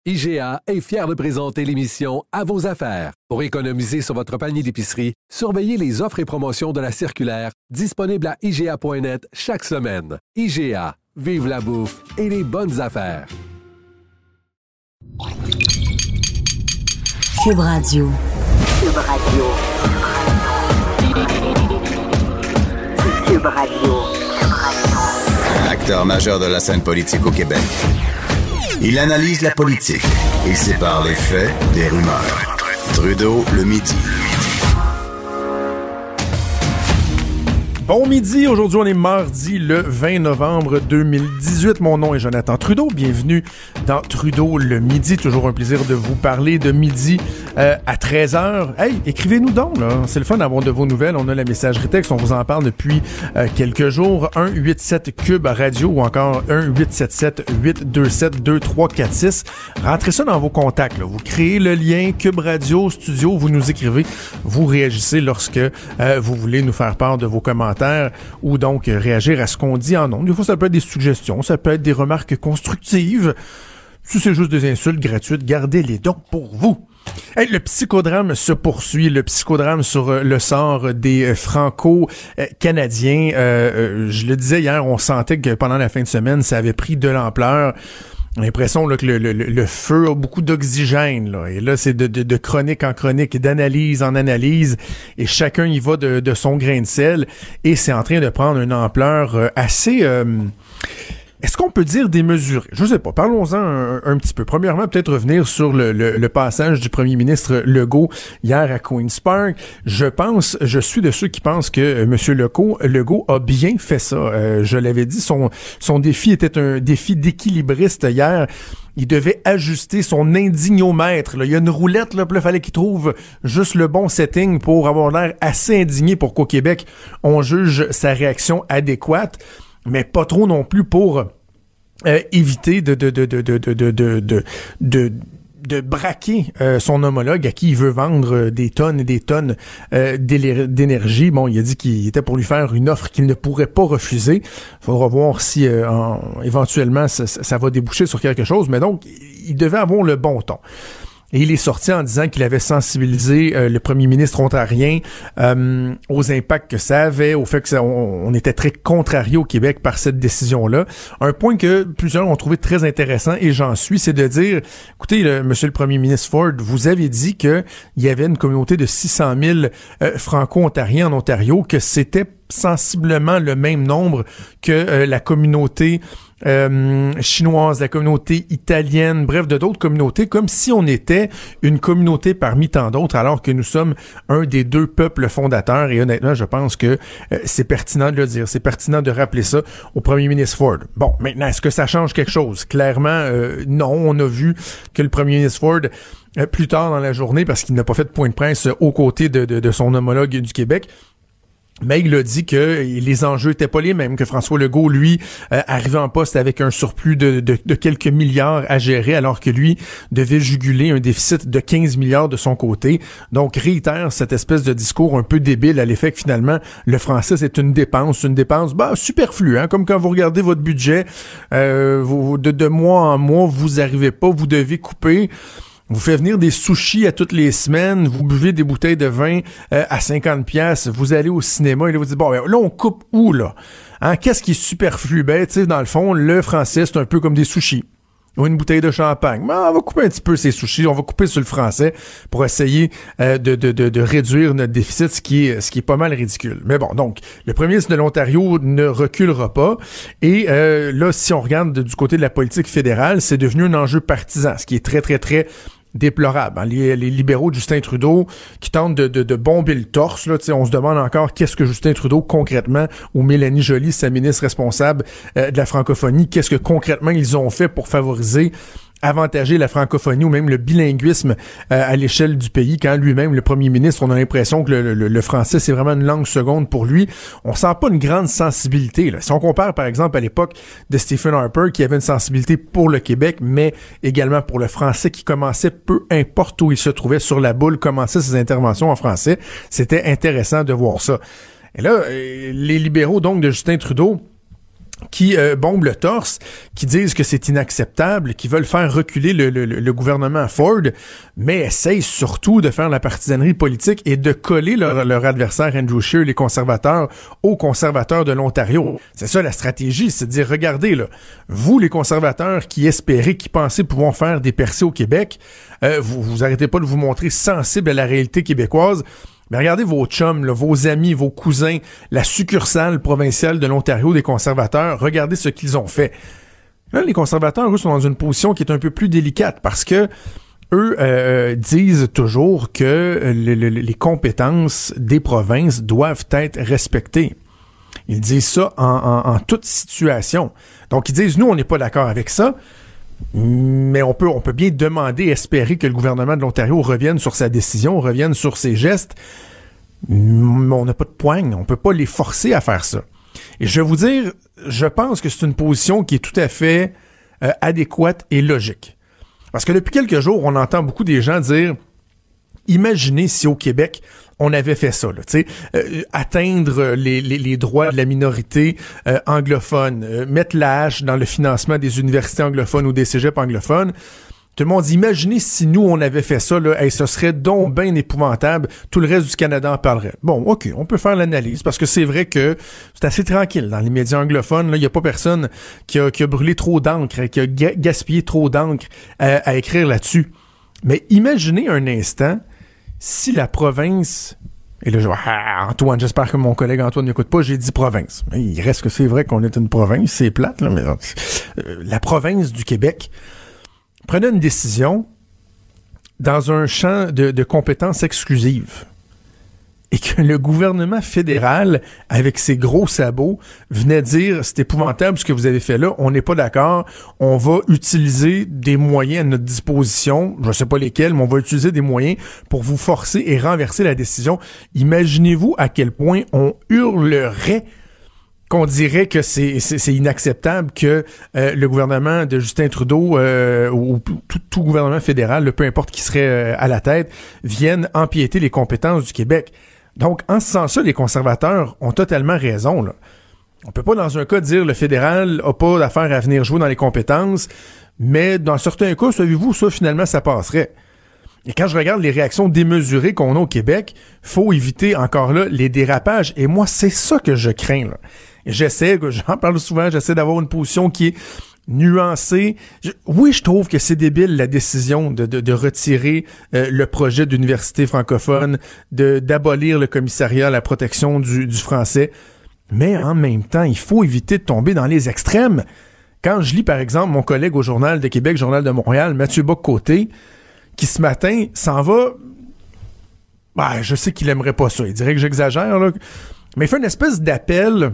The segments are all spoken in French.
IGA est fier de présenter l'émission À vos affaires. Pour économiser sur votre panier d'épicerie, surveillez les offres et promotions de la circulaire disponible à IGA.net chaque semaine. IGA, vive la bouffe et les bonnes affaires. Cube Radio. Cube Radio. Cube Radio. Acteur majeur de la scène politique au Québec. Il analyse la politique et sépare les faits des rumeurs. Trudeau le midi. Bon midi, aujourd'hui on est mardi le 20 novembre 2018. Mon nom est Jonathan Trudeau, bienvenue dans Trudeau le midi. Toujours un plaisir de vous parler de midi à 13h. Hey, écrivez-nous donc, là. C'est le fun d'avoir de vos nouvelles. On a la messagerie texte, on vous en parle depuis quelques jours. 1-87-CUBE radio ou encore 1-877-827-2346. Rentrez ça dans vos contacts, là. Vous créez le lien Cube Radio Studio, vous nous écrivez, vous réagissez lorsque vous voulez nous faire part de vos commentaires ou donc réagir à ce qu'on dit en ondes. Des fois, ça peut être des suggestions, ça peut être des remarques constructives. Si c'est juste des insultes gratuites, gardez-les donc pour vous. Hey, le psychodrame se poursuit, le psychodrame sur le sort des Franco-Canadiens. Je le disais hier, on sentait que pendant la fin de semaine, ça avait pris de l'ampleur. L'impression là, que le feu a beaucoup d'oxygène. Là. Et là, c'est de chronique en chronique, d'analyse en analyse. Et chacun y va de son grain de sel. Et c'est en train de prendre une ampleur assez... Est-ce qu'on peut dire démesuré? Je sais pas. Parlons-en un petit peu. Premièrement, peut-être revenir sur le passage du premier ministre Legault hier à Queen's Park. Je suis de ceux qui pensent que M. Legault a bien fait ça. Je l'avais dit, son défi était un défi d'équilibriste hier. Il devait ajuster son indignomètre. Là. Il y a une roulette, là, puis il fallait qu'il trouve juste le bon setting pour avoir l'air assez indigné pour qu'au Québec, on juge sa réaction adéquate. Mais pas trop non plus pour éviter de braquer son homologue à qui il veut vendre des tonnes et des tonnes d'énergie. Bon, il a dit qu'il était pour lui faire une offre qu'il ne pourrait pas refuser. Il faudra voir si éventuellement ça va déboucher sur quelque chose. Mais donc, il devait avoir le bon ton. Et il est sorti en disant qu'il avait sensibilisé le premier ministre ontarien aux impacts que ça avait, au fait que on était très contrarié au Québec par cette décision-là. Un point que plusieurs ont trouvé très intéressant, et j'en suis, c'est de dire, écoutez, monsieur le premier ministre Ford, vous avez dit qu'il y avait une communauté de 600 000 Franco-Ontariens en Ontario, que c'était sensiblement le même nombre que la communauté chinoise, la communauté italienne, bref, de d'autres communautés, comme si on était une communauté parmi tant d'autres, alors que nous sommes un des deux peuples fondateurs. Et honnêtement, je pense que c'est pertinent de le dire, c'est pertinent de rappeler ça au premier ministre Ford. Bon, maintenant, est-ce que ça change quelque chose? Clairement, non. On a vu que le premier ministre Ford, plus tard dans la journée, parce qu'il n'a pas fait de point de presse aux côtés de son homologue du Québec, mais il a dit que les enjeux étaient pas les mêmes, que François Legault, lui, arrivait en poste avec un surplus de quelques milliards à gérer, alors que lui devait juguler un déficit de 15 milliards de son côté. Donc, réitère cette espèce de discours un peu débile à l'effet que finalement, le français, c'est une dépense superflue, hein, comme quand vous regardez votre budget, de mois en mois, vous arrivez pas, vous devez couper. Vous faites venir des sushis à toutes les semaines, vous buvez des bouteilles de vin à 50$, vous allez au cinéma et là vous dites, bon, ben, là, on coupe où, là? Hein, qu'est-ce qui est superflu? Ben, tu sais, dans le fond, le français, c'est un peu comme des sushis. Ou une bouteille de champagne. Mais on va couper un petit peu ces sushis, on va couper sur le français pour essayer de réduire notre déficit, ce qui est pas mal ridicule. Mais bon, donc, le premier ministre de l'Ontario ne reculera pas. Et là, si on regarde du côté de la politique fédérale, c'est devenu un enjeu partisan, ce qui est très, très, très déplorable. Hein. Les libéraux de Justin Trudeau qui tentent de bomber le torse, là, on se demande encore qu'est-ce que Justin Trudeau concrètement, ou Mélanie Joly, sa ministre responsable de la francophonie, qu'est-ce que concrètement ils ont fait pour favoriser, avantager la francophonie ou même le bilinguisme à l'échelle du pays, quand lui-même, le premier ministre, on a l'impression que le français, c'est vraiment une langue seconde pour lui. On sent pas une grande sensibilité. Là. Si on compare, par exemple, à l'époque de Stephen Harper, qui avait une sensibilité pour le Québec, mais également pour le français, qui commençait, peu importe où il se trouvait sur la boule, commençait ses interventions en français, c'était intéressant de voir ça. Et là, les libéraux, donc, de Justin Trudeau, qui bombent le torse, qui disent que c'est inacceptable, qui veulent faire reculer le gouvernement Ford, mais essayent surtout de faire la partisanerie politique et de coller leur adversaire Andrew Scheer, les conservateurs, aux conservateurs de l'Ontario. C'est ça la stratégie, c'est de dire, regardez, là, vous les conservateurs qui espérez, qui pensez pouvoir faire des percées au Québec, vous arrêtez pas de vous montrer sensible à la réalité québécoise. Mais regardez vos chums, là, vos amis, vos cousins, la succursale provinciale de l'Ontario des conservateurs, regardez ce qu'ils ont fait. Là, les conservateurs, eux, sont dans une position qui est un peu plus délicate parce que eux disent toujours que les compétences des provinces doivent être respectées. Ils disent ça en toute situation. Donc, ils disent, nous, on n'est pas d'accord avec ça, mais on peut bien demander, espérer que le gouvernement de l'Ontario revienne sur sa décision, revienne sur ses gestes, mais on n'a pas de poigne, on peut pas les forcer à faire ça. Et je vais vous dire, je pense que c'est une position qui est tout à fait adéquate et logique. Parce que depuis quelques jours, on entend beaucoup des gens dire, imaginez si au Québec, on avait fait ça, là, tu sais, atteindre les droits de la minorité anglophone, mettre la hache dans le financement des universités anglophones ou des cégeps anglophones. Tout le monde dit, imaginez si nous, on avait fait ça, là, ce serait donc bien épouvantable, tout le reste du Canada en parlerait. Bon, OK, on peut faire l'analyse, parce que c'est vrai que c'est assez tranquille dans les médias anglophones, il n'y a pas personne qui a brûlé trop d'encre, qui a gaspillé trop d'encre à écrire là-dessus. Mais imaginez un instant si la province, et là je vois, Antoine, j'espère que mon collègue Antoine n'écoute pas, j'ai dit province. Il reste que c'est vrai qu'on est une province, c'est plate, là, mais la province du Québec prenait une décision dans un champ de compétences exclusives. Et que le gouvernement fédéral, avec ses gros sabots, venait dire, c'est épouvantable ce que vous avez fait là, on n'est pas d'accord, on va utiliser des moyens à notre disposition, je sais pas lesquels, mais on va utiliser des moyens pour vous forcer et renverser la décision. Imaginez-vous à quel point on hurlerait qu'on dirait que c'est inacceptable que le gouvernement de Justin Trudeau ou tout gouvernement fédéral, peu importe qui serait à la tête, vienne empiéter les compétences du Québec. Donc, en ce sens-là, les conservateurs ont totalement raison, là. On peut pas, dans un cas, dire le fédéral a pas d'affaire à venir jouer dans les compétences, mais dans certains cas, savez-vous, ça, finalement, ça passerait. Et quand je regarde les réactions démesurées qu'on a au Québec, faut éviter encore là les dérapages. Et moi, c'est ça que je crains, là. Et j'en parle souvent, j'essaie d'avoir une position qui est nuancée. Oui, je trouve que c'est débile la décision de retirer le projet d'université francophone, d'abolir le commissariat à la protection du français. Mais en même temps, il faut éviter de tomber dans les extrêmes. Quand je lis, par exemple, mon collègue au Journal de Québec, Journal de Montréal, Mathieu Bock-Côté, qui ce matin s'en va... Ben, je sais qu'il aimerait pas ça. Il dirait que j'exagère, là. Mais il fait une espèce d'appel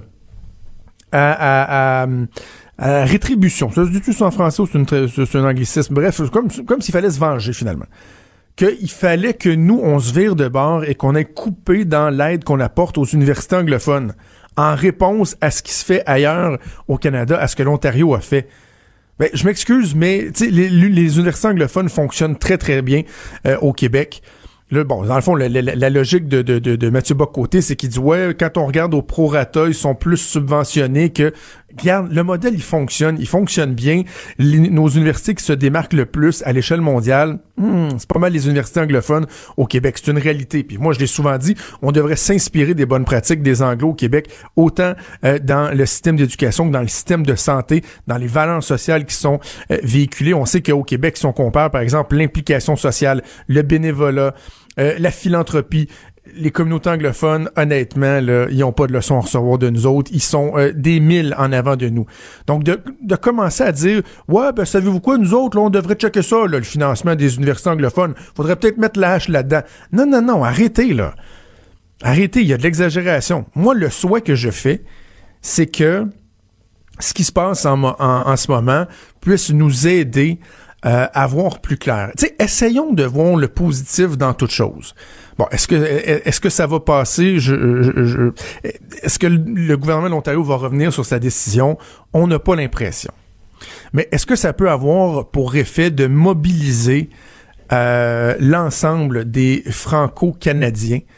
à rétribution. Ça se dit tout en français ou c'est un anglicisme? Bref, comme s'il fallait se venger, finalement. Qu'il fallait que nous, on se vire de bord et qu'on ait coupé dans l'aide qu'on apporte aux universités anglophones en réponse à ce qui se fait ailleurs au Canada, à ce que l'Ontario a fait. Ben, je m'excuse, mais les universités anglophones fonctionnent très, très bien au Québec. Là, bon, dans le fond, la logique de Mathieu Bock-Côté, c'est qu'il dit, ouais, quand on regarde au prorata, ils sont plus subventionnés que... Regarde, le modèle, il fonctionne bien. Nos universités qui se démarquent le plus à l'échelle mondiale, c'est pas mal les universités anglophones au Québec. C'est une réalité. Puis moi, je l'ai souvent dit, on devrait s'inspirer des bonnes pratiques des Anglos au Québec, autant dans le système d'éducation que dans le système de santé, dans les valeurs sociales qui sont véhiculées. On sait qu'au Québec, si on compare, par exemple, l'implication sociale, le bénévolat, la philanthropie, les communautés anglophones, honnêtement, là, ils n'ont pas de leçons à recevoir de nous autres. Ils sont des milles en avant de nous. Donc, de commencer à dire, ouais, ben, savez-vous quoi, nous autres, là, on devrait checker ça, là, le financement des universités anglophones. Faudrait peut-être mettre la hache là-dedans. Non, arrêtez, là. Arrêtez, il y a de l'exagération. Moi, le souhait que je fais, c'est que ce qui se passe en ce moment puisse nous aider à voir plus clair. Tu sais, essayons de voir le positif dans toute chose. Bon, est-ce que ça va passer? Est-ce que le gouvernement de l'Ontario va revenir sur sa décision? On n'a pas l'impression. Mais est-ce que ça peut avoir pour effet de mobiliser l'ensemble des Franco-Canadiens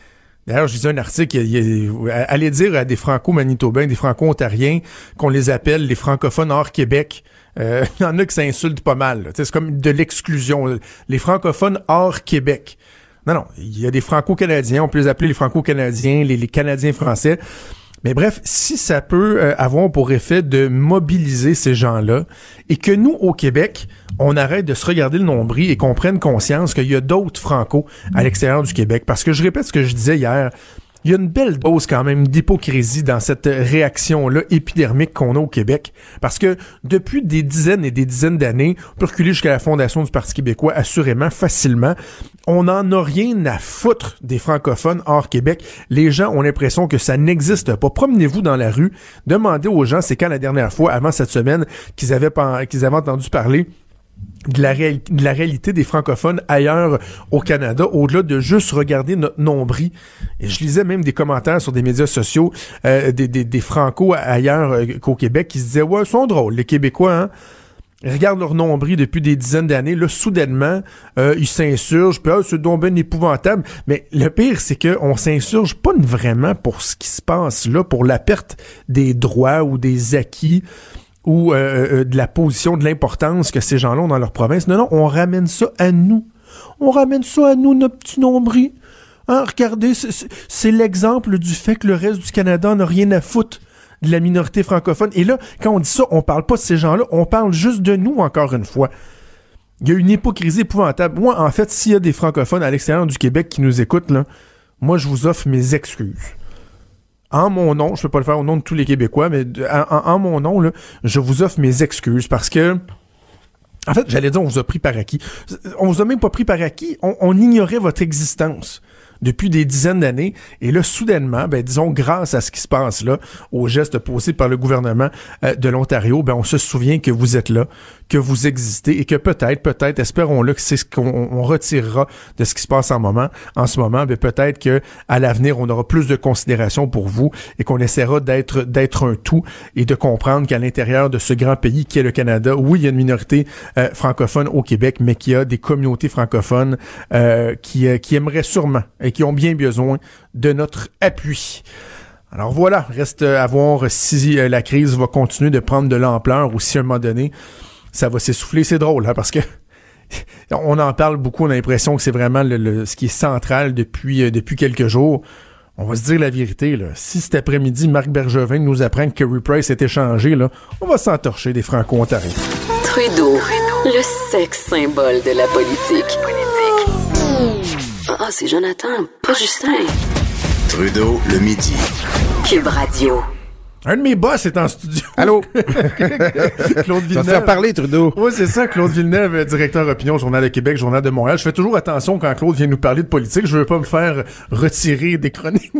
D'ailleurs, je lisais un article, allez dire à des franco-manitobains, des franco-ontariens, qu'on les appelle les francophones hors Québec. Il y en a qui s'insultent pas mal. C'est comme de l'exclusion. Les francophones hors Québec. Non, il y a des franco-canadiens, on peut les appeler les franco-canadiens, les Canadiens français. Mais bref, si ça peut avoir pour effet de mobiliser ces gens-là et que nous, au Québec, on arrête de se regarder le nombril et qu'on prenne conscience qu'il y a d'autres Franco à l'extérieur du Québec. Parce que je répète ce que je disais hier, il y a une belle dose quand même d'hypocrisie dans cette réaction-là épidermique qu'on a au Québec. Parce que depuis des dizaines et des dizaines d'années, on peut reculer jusqu'à la fondation du Parti québécois, assurément, facilement, on n'en a rien à foutre des francophones hors Québec. Les gens ont l'impression que ça n'existe pas. Promenez-vous dans la rue, demandez aux gens c'est quand la dernière fois, avant cette semaine, qu'ils avaient entendu parler de la réalité des francophones ailleurs au Canada, au-delà de juste regarder notre nombril. Et je lisais même des commentaires sur des médias sociaux des Franco ailleurs qu'au Québec qui se disaient « Ouais, ils sont drôles, les Québécois, hein? » Ils regardent leur nombril depuis des dizaines d'années. Là, soudainement, ils s'insurgent. Puis, c'est donc ben épouvantable. Mais le pire, c'est qu'on s'insurge pas vraiment pour ce qui se passe là, pour la perte des droits ou des acquis ou de la position, de l'importance que ces gens-là ont dans leur province. Non, on ramène ça à nous. On ramène ça à nous, notre petit nombril. Hein, regardez, c'est l'exemple du fait que le reste du Canada n'a rien à foutre de la minorité francophone. Et là, quand on dit ça, on parle pas de ces gens-là, on parle juste de nous, encore une fois. Il y a une hypocrisie épouvantable. Moi, en fait, s'il y a des francophones à l'extérieur du Québec qui nous écoutent, là, moi, je vous offre mes excuses. En mon nom, je peux pas le faire au nom de tous les Québécois, mais en mon nom, là, je vous offre mes excuses parce que, en fait, j'allais dire, on vous a pris par acquis. On vous a même pas pris par acquis, on ignorait votre existence depuis des dizaines d'années. Et là, soudainement, disons, grâce à ce qui se passe là, aux gestes posés par le gouvernement de l'Ontario, on se souvient que vous êtes là, que vous existez et que peut-être, espérons-le que c'est ce qu'on retirera de ce qui se passe en ce moment, peut-être que à l'avenir, on aura plus de considération pour vous et qu'on essaiera d'être un tout et de comprendre qu'à l'intérieur de ce grand pays qui est le Canada, oui, il y a une minorité francophone au Québec, mais qu'il y a des communautés francophones qui aimeraient sûrement et qui ont bien besoin de notre appui. Alors voilà, reste à voir si la crise va continuer de prendre de l'ampleur ou si à un moment donné, ça va s'essouffler. C'est drôle, hein, parce que on en parle beaucoup, on a l'impression que c'est vraiment ce qui est central depuis quelques jours. On va se dire la vérité, là. Si cet après-midi, Marc Bergevin nous apprend que Carey Price est échangé, là, on va s'entorcher des Franco-Ontariens. Trudeau, le sexe symbole de la politique. Ah, c'est Jonathan, pas Justin. Trudeau, le midi. Cube Radio. Un de mes boss est en studio. Allô? Claude Villeneuve. Tu vas te faire parler, Trudeau. Oui, c'est ça. Claude Villeneuve, directeur opinion, Journal de Québec, Journal de Montréal. Je fais toujours attention quand Claude vient nous parler de politique. Je veux pas me faire retirer des chroniques.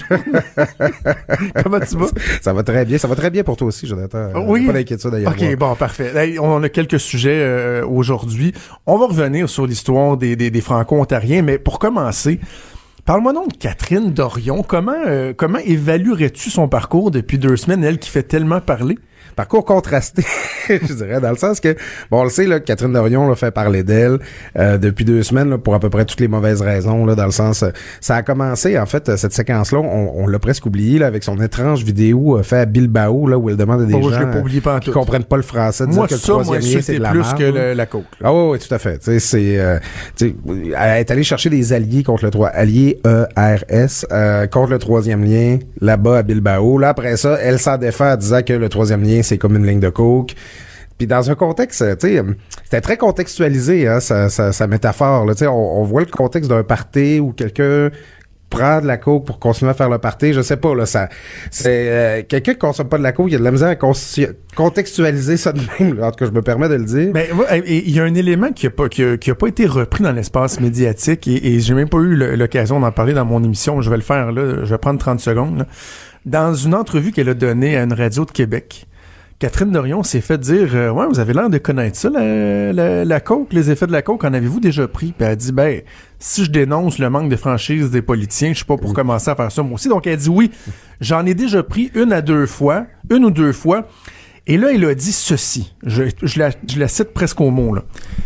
Comment tu vas? Ça va très bien. Ça va très bien pour toi aussi, Jonathan. Oui. Pas d'inquiétude d'ailleurs. OK, bon, parfait. Hey, on a quelques sujets aujourd'hui. On va revenir sur l'histoire des Franco-Ontariens, mais pour commencer, parle-moi donc de Catherine Dorion. Comment évaluerais-tu son parcours depuis 2 semaines, elle qui fait tellement parler? Parcours contrasté, je dirais, dans le sens que, bon, on le sait, là, Catherine Dorion là, fait parler d'elle depuis 2 semaines là, pour à peu près toutes les mauvaises raisons, là, dans le sens... ça a commencé, en fait, cette séquence-là, on l'a presque oublié, là, avec son étrange vidéo fait à Bilbao, là, où elle demande à des gens qui comprennent pas le français de dire que le troisième lien, c'est de la merde. Plus que la coke. Ah oui, tout à fait. Tu sais, elle est allée chercher des alliés contre le alliés ERS contre le troisième lien, là-bas à Bilbao. Là, après ça, elle s'en défait en disant que le troisième lien, c'est comme une ligne de coke. Puis dans un contexte, tu sais, c'était très contextualisé, hein, sa métaphore. Tu sais, on voit le contexte d'un party où quelqu'un prend de la coke pour continuer à faire le party. Je sais pas, là, c'est quelqu'un qui consomme pas de la coke, il y a de la misère à contextualiser ça de même. Là. En tout cas, je me permets de le dire. Mais il y a un élément qui a pas été repris dans l'espace médiatique et j'ai même pas eu l'occasion d'en parler dans mon émission. Je vais le faire là. Je vais prendre 30 secondes. Là. Dans une entrevue qu'elle a donnée à une radio de Québec, Catherine Dorion s'est fait dire ouais, vous avez l'air de connaître ça, la coke, les effets de la coke, en avez-vous déjà pris? Puis elle a dit si je dénonce le manque de franchise des politiciens, je suis pas pour commencer à faire ça moi aussi. Donc elle dit oui, j'en ai déjà pris 1 ou 2 fois. Et là, elle a dit ceci. Je la cite presque au mot, là.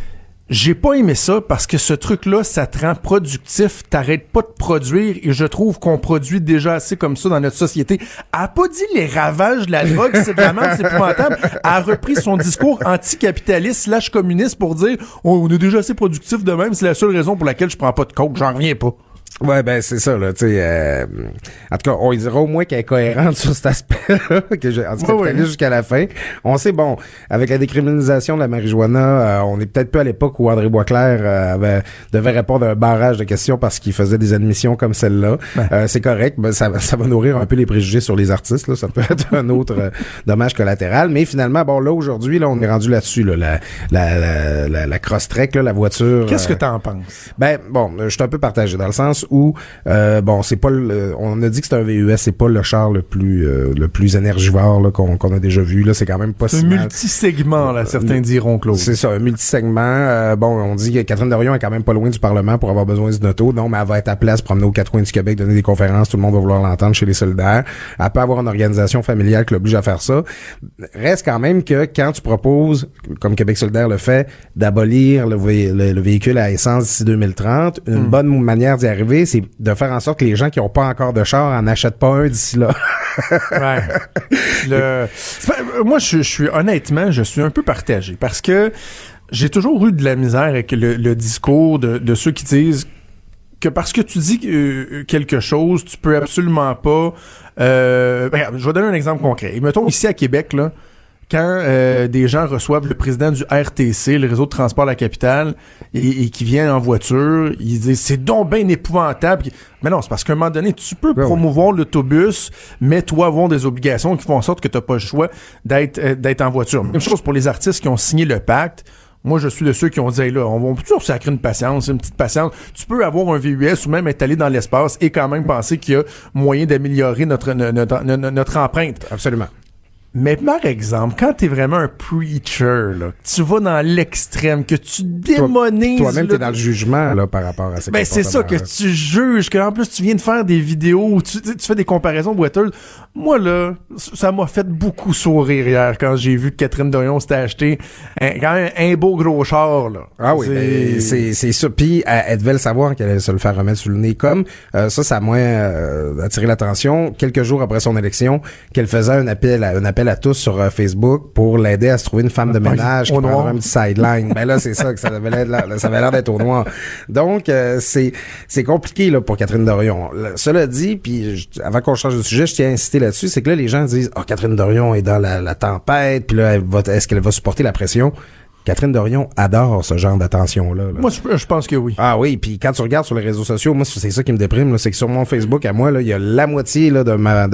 J'ai pas aimé ça parce que ce truc-là, ça te rend productif, t'arrêtes pas de produire et je trouve qu'on produit déjà assez comme ça dans notre société. Elle a pas dit les ravages de la drogue, c'est de la merde, c'est épouvantable. Elle a repris son discours anticapitaliste / communiste pour dire on est déjà assez productif de même, c'est la seule raison pour laquelle je prends pas de coke, j'en reviens pas. Ouais, ben c'est ça, là, tu sais. En tout cas, on dira au moins qu'elle est cohérente sur cet aspect-là, que j'ai anticapitaliste jusqu'à la fin. On sait, bon, avec la décriminalisation de la marijuana, on est peut-être plus à l'époque où André Boisclair devait répondre à un barrage de questions parce qu'il faisait des admissions comme celle-là. Ouais. C'est correct, ben, ça va nourrir un peu les préjugés sur les artistes, là. Ça peut être un autre dommage collatéral. Mais finalement, bon, là, aujourd'hui, là, on est rendu là-dessus, là, la cross-trek, là, la voiture. Qu'est-ce que t'en penses? Ben, bon, je suis un peu partagé dans le sens où bon, c'est pas on a dit que c'est un VUS, c'est pas le char le plus énergivore là, qu'on a déjà vu là, c'est quand même pas si mal. Un multisegment là, certains diront, Claude. C'est ça, un multisegment. Bon, on dit que Catherine Dorion est quand même pas loin du Parlement pour avoir besoin d'une auto. Non, mais elle va être à place, promener aux quatre coins du Québec, donner des conférences, tout le monde va vouloir l'entendre chez les solidaires. Elle peut avoir une organisation familiale qui l'oblige à faire ça. Reste quand même que quand tu proposes, comme Québec solidaire le fait, d'abolir le véhicule à essence d'ici 2030, une bonne manière d'y arriver, c'est de faire en sorte que les gens qui n'ont pas encore de char en achètent pas un d'ici là. Ouais. Moi, je suis honnêtement, je suis un peu partagé parce que j'ai toujours eu de la misère avec le discours de ceux qui disent que parce que tu dis quelque chose, tu peux absolument pas... regarde, je vais donner un exemple concret. Mettons ici à Québec, là, quand des gens reçoivent le président du RTC, le réseau de transport de la capitale, et qui viennent en voiture, ils disent c'est donc bien épouvantable. Mais non, c'est parce qu'à un moment donné, tu peux promouvoir l'autobus, mais toi avoir des obligations qui font en sorte que t'as pas le choix d'être en voiture. Même chose pour les artistes qui ont signé le pacte. Moi, je suis de ceux qui ont dit, hey, là, on va toujours sacrer une petite patience. Tu peux avoir un VUS ou même être allé dans l'espace et quand même penser qu'il y a moyen d'améliorer notre empreinte. Absolument. Mais par exemple, quand t'es vraiment un preacher, là, tu vas dans l'extrême, que tu démonises... Toi-même, t'es dans le jugement là par rapport à ces ben c'est ça, que tu juges, que en plus tu viens de faire des vidéos où tu fais des comparaisons boiteuses. Moi, là, ça m'a fait beaucoup sourire hier quand j'ai vu que Catherine Dorion s'était acheté quand même un beau gros char, là. Ah oui, c'est ça. Puis elle devait le savoir qu'elle allait se le faire remettre sous le nez. Comme ça a moins attiré l'attention quelques jours après son élection, qu'elle faisait un appel à tous sur Facebook pour l'aider à se trouver une femme de ménage qui prendrait un petit sideline. Ben là, c'est ça que ça avait l'air d'être au noir. Donc c'est compliqué là pour Catherine Dorion. Cela dit, puis avant qu'on change de sujet, je tiens à insister là-dessus, c'est que là les gens disent Catherine Dorion est dans la tempête, puis là est-ce qu'elle va supporter la pression? Catherine Dorion adore ce genre d'attention-là. Là. Moi, je pense que oui. Ah oui, puis quand tu regardes sur les réseaux sociaux, moi, c'est ça qui me déprime, là, c'est que sur mon Facebook, à moi, là, il y a la moitié là,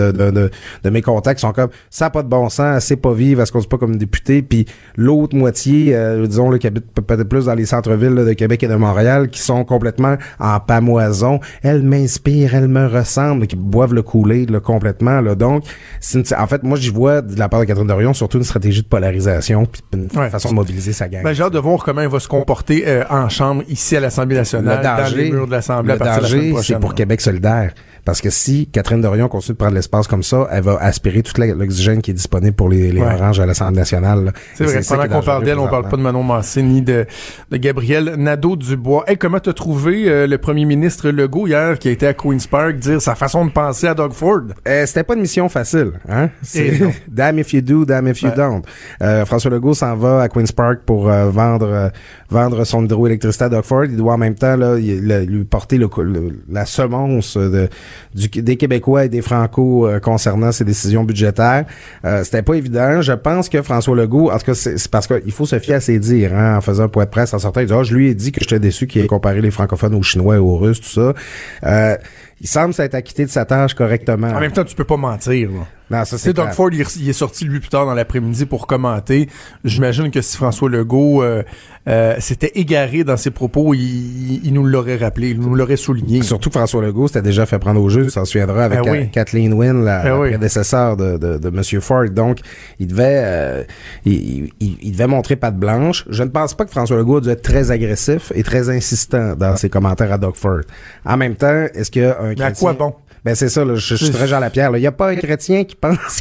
de mes contacts qui sont comme « ça n'a pas de bon sens, c'est pas vive, elle se conduit pas comme une députée », puis l'autre moitié, disons, là, qui habite peut-être plus dans les centres-villes là, de Québec et de Montréal, qui sont complètement en pamoison. Elle m'inspire, elle me ressemble, qui boivent le Kool-Aid là, complètement. Là. Donc, en fait, moi, j'y vois, de la part de Catherine Dorion, surtout une stratégie de polarisation, puis une façon de mobiliser sa gang. Ben, j'ai hâte de voir comment il va se comporter en chambre ici à l'Assemblée nationale, dans les murs de l'Assemblée à partir de la semaine prochaine. C'est pour Québec solidaire. Parce que si Catherine Dorion continue de prendre l'espace comme ça, elle va aspirer toute l'oxygène qui est disponible pour les oranges à l'Assemblée nationale. Là. C'est vrai, pendant qu'on parle d'elle, on parle pas de Manon Massé ni de Gabriel Nadeau-Dubois. Hey, comment t'as trouvé le premier ministre Legault hier qui a été à Queen's Park dire sa façon de penser à Doug Ford? C'était pas une mission facile, hein? C'est damn if you do, damn if you don't. François Legault s'en va à Queen's Park pour vendre son hydroélectricité à Doug Ford. Il doit en même temps lui porter la semonce des Québécois et des Franco concernant ses décisions budgétaires. C'était pas évident. Je pense que François Legault, en tout cas, c'est parce qu'il faut se fier à ses dires, hein, en faisant un point de presse, en sortant, il dit, je lui ai dit que j'étais déçu qu'il ait comparé les francophones aux Chinois et aux Russes, tout ça. Il semble s'être acquitté de sa tâche correctement. En même temps, tu peux pas mentir, là. Non, ça, c'est Doug Ford, il est sorti, lui, plus tard dans l'après-midi pour commenter. J'imagine que si François Legault s'était égaré dans ses propos, il nous l'aurait rappelé, il nous l'aurait souligné. Surtout François Legault s'était déjà fait prendre au jeu, ça se souviendra, avec Kathleen Wynne, la prédécesseur de M. Ford. Donc, il devait montrer patte blanche. Je ne pense pas que François Legault a dû être très agressif et très insistant dans ses commentaires à Doug Ford. En même temps, est-ce qu'il y a un Mais à quoi bon? Ben c'est ça, là, je suis très Jean Lapierre. Il n'y a pas un chrétien qui pense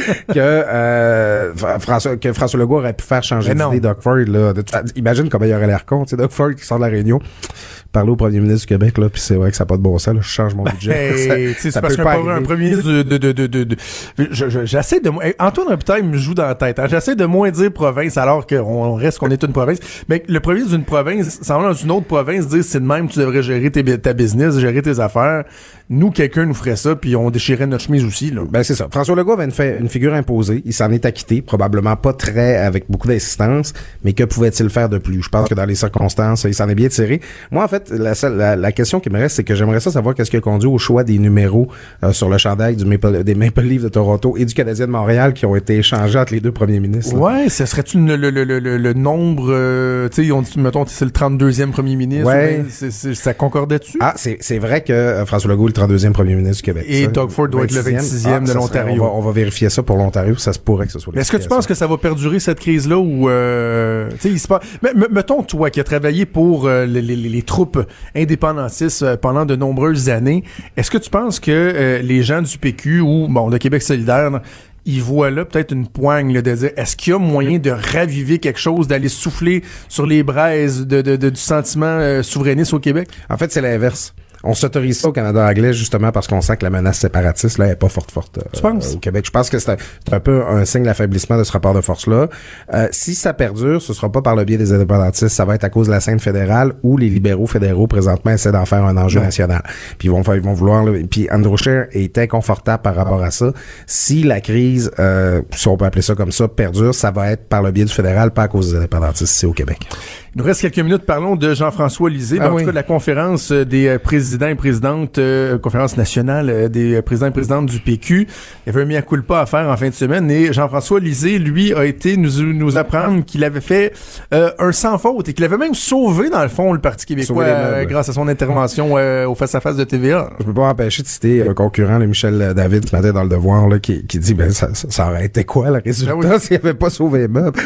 que François Legault aurait pu faire changer d'idée Doug Ford. Là. Imagine comment il aurait l'air con. Doug Ford qui sort de la Réunion, parler au premier ministre du Québec, là, puis c'est vrai que ça n'a pas de bon sens. Là, je change mon budget. C'est parce qu'un premier ministre j'essaie de... Antoine Robitaille me joue dans la tête. Hein. J'essaie de moins dire province alors qu'on reste qu'on est une province. Mais le premier ministre d'une province, s'en va dans une autre province, dire c'est de même, tu devrais gérer ta business, gérer tes affaires. Nous, quelqu'un nous ferait ça, puis on déchirait notre chemise aussi. Là. Ben c'est ça. François Legault avait une figure imposée. Il s'en est acquitté, probablement pas très avec beaucoup d'insistance, mais que pouvait-il faire de plus? Je pense que dans les circonstances, il s'en est bien tiré. Moi, en fait, la question qui me reste, c'est que j'aimerais savoir qu'est-ce qui a conduit au choix des numéros sur le chandail des Maple Leafs de Toronto et du Canadien de Montréal qui ont été échangés entre les deux premiers ministres. Là. Ouais, ce serait-tu le nombre, tu sais, on dit, mettons, c'est le 32e premier ministre. Ouais. Ça concordait-tu? Ah, c'est vrai que François Legault est le 32e premier ministre du Québec. Et Doug Ford doit être le 26e de l'Ontario. On va vérifier ça pour l'Ontario, ça se pourrait que ce soit le. Est-ce que tu penses que ça va perdurer cette crise-là ou tu sais, il se passe. Mettons toi qui as travaillé pour les troupes indépendantistes pendant de nombreuses années, est-ce que tu penses que les gens du PQ ou de Québec solidaire, ils voient là peut-être une poigne là, de dire est-ce qu'il y a moyen de raviver quelque chose, d'aller souffler sur les braises du sentiment souverainiste au Québec? En fait, c'est l'inverse. On s'autorise ça au Canada anglais justement parce qu'on sent que la menace séparatiste là est pas forte au Québec. Je pense que c'est un peu un signe d'affaiblissement de ce rapport de force-là. Si ça perdure, ce sera pas par le biais des indépendantistes, ça va être à cause de la scène fédérale où les libéraux fédéraux présentement essaient d'en faire un enjeu national. Puis ils vont vouloir là, puis Andrew Scheer est inconfortable par rapport à ça. Si la crise, si on peut appeler ça comme ça, perdure, ça va être par le biais du fédéral, pas à cause des indépendantistes ici au Québec. Il nous reste quelques minutes. Parlons de Jean-François Lisée. En tout cas, de la conférence des présidents et présidentes, conférence nationale des présidents et présidentes du PQ. Il y avait un mea culpa à faire en fin de semaine et Jean-François Lisée, lui, a été nous apprendre qu'il avait fait un sans faute et qu'il avait même sauvé, dans le fond, le Parti québécois grâce à son intervention au face-à-face de TVA. Je peux pas empêcher de citer un concurrent, le Michel David, ce matin dans Le Devoir, là, qui dit, ça aurait été quoi le résultat s'il avait pas sauvé les meubles?